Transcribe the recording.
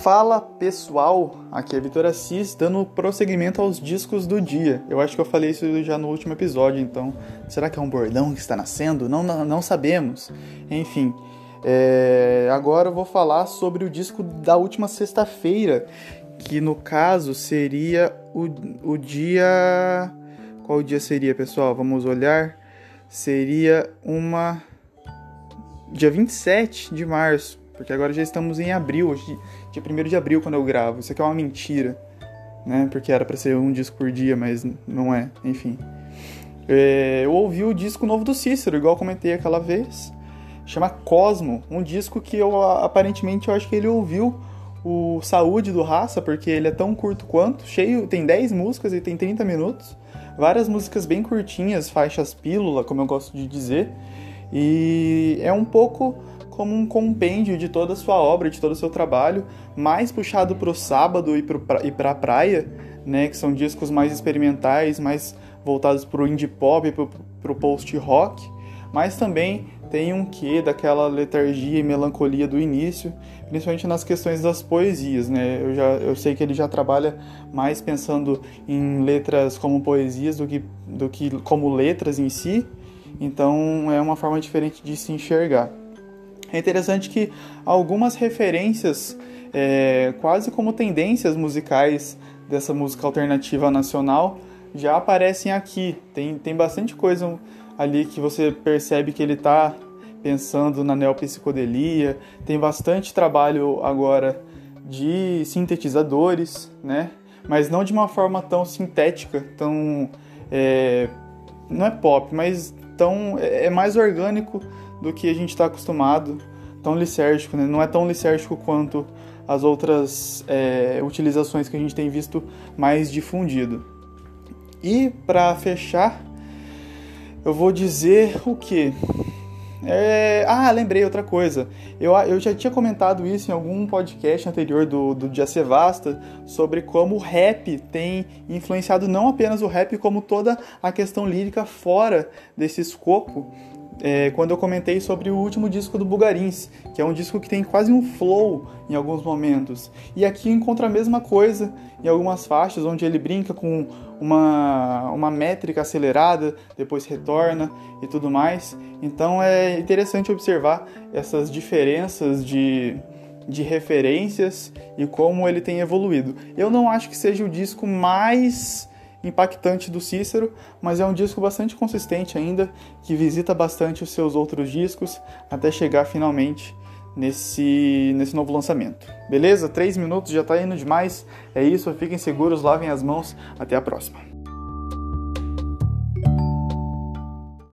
Fala pessoal, aqui é Vitor Assis dando prosseguimento aos discos do dia. Eu acho que eu falei isso já no último episódio, então será que é um bordão que está nascendo? Não sabemos. Enfim, agora eu vou falar sobre o disco da última sexta-feira, que no caso seria o dia... Qual dia seria, pessoal? Vamos olhar. Seria dia 27 de março. Porque agora já estamos em abril, hoje, dia 1º de abril quando eu gravo. Isso aqui é uma mentira, né? Porque era pra ser um disco por dia, mas não é, enfim. Eu ouvi o disco novo do Cícero, igual eu comentei aquela vez. Chama Cosmo, um disco que aparentemente eu acho que ele ouviu o Saúde do Raça, porque ele é tão curto quanto, cheio, tem 10 músicas e tem 30 minutos. Várias músicas bem curtinhas, faixas pílula, como eu gosto de dizer. E é um pouco como um compêndio de toda a sua obra, de todo o seu trabalho, mais puxado para o sábado e para a praia, né, que são discos mais experimentais, mais voltados para o indie pop, para o post-rock, mas também tem um quê daquela letargia e melancolia do início, principalmente nas questões das poesias, né? Eu sei que ele já trabalha mais pensando em letras como poesias do que como letras em si, então é uma forma diferente de se enxergar. É interessante que algumas referências, quase como tendências musicais dessa música alternativa nacional, já aparecem aqui. Tem bastante coisa ali que você percebe que ele está pensando na neopsicodelia. Tem bastante trabalho agora de sintetizadores, né? Mas não de uma forma tão sintética, tão... não é pop, mas é mais orgânico do que a gente está acostumado, tão lisérgico, né? Não é tão lisérgico quanto as outras utilizações que a gente tem visto mais difundido. E para fechar, eu vou dizer o quê? Lembrei outra coisa. Eu já tinha comentado isso em algum podcast anterior do Dia Sevasta, sobre como o rap tem influenciado não apenas o rap, como toda a questão lírica fora desse escopo. Quando eu comentei sobre o último disco do Bugarins, que é um disco que tem quase um flow em alguns momentos. E aqui encontra a mesma coisa em algumas faixas, onde ele brinca com uma métrica acelerada, depois retorna e tudo mais. Então é interessante observar essas diferenças de referências e como ele tem evoluído. Eu não acho que seja o disco mais impactante do Cícero, mas é um disco bastante consistente ainda, que visita bastante os seus outros discos, até chegar finalmente nesse novo lançamento. Beleza? 3 minutos já tá indo demais. É isso, fiquem seguros, lavem as mãos. Até a próxima.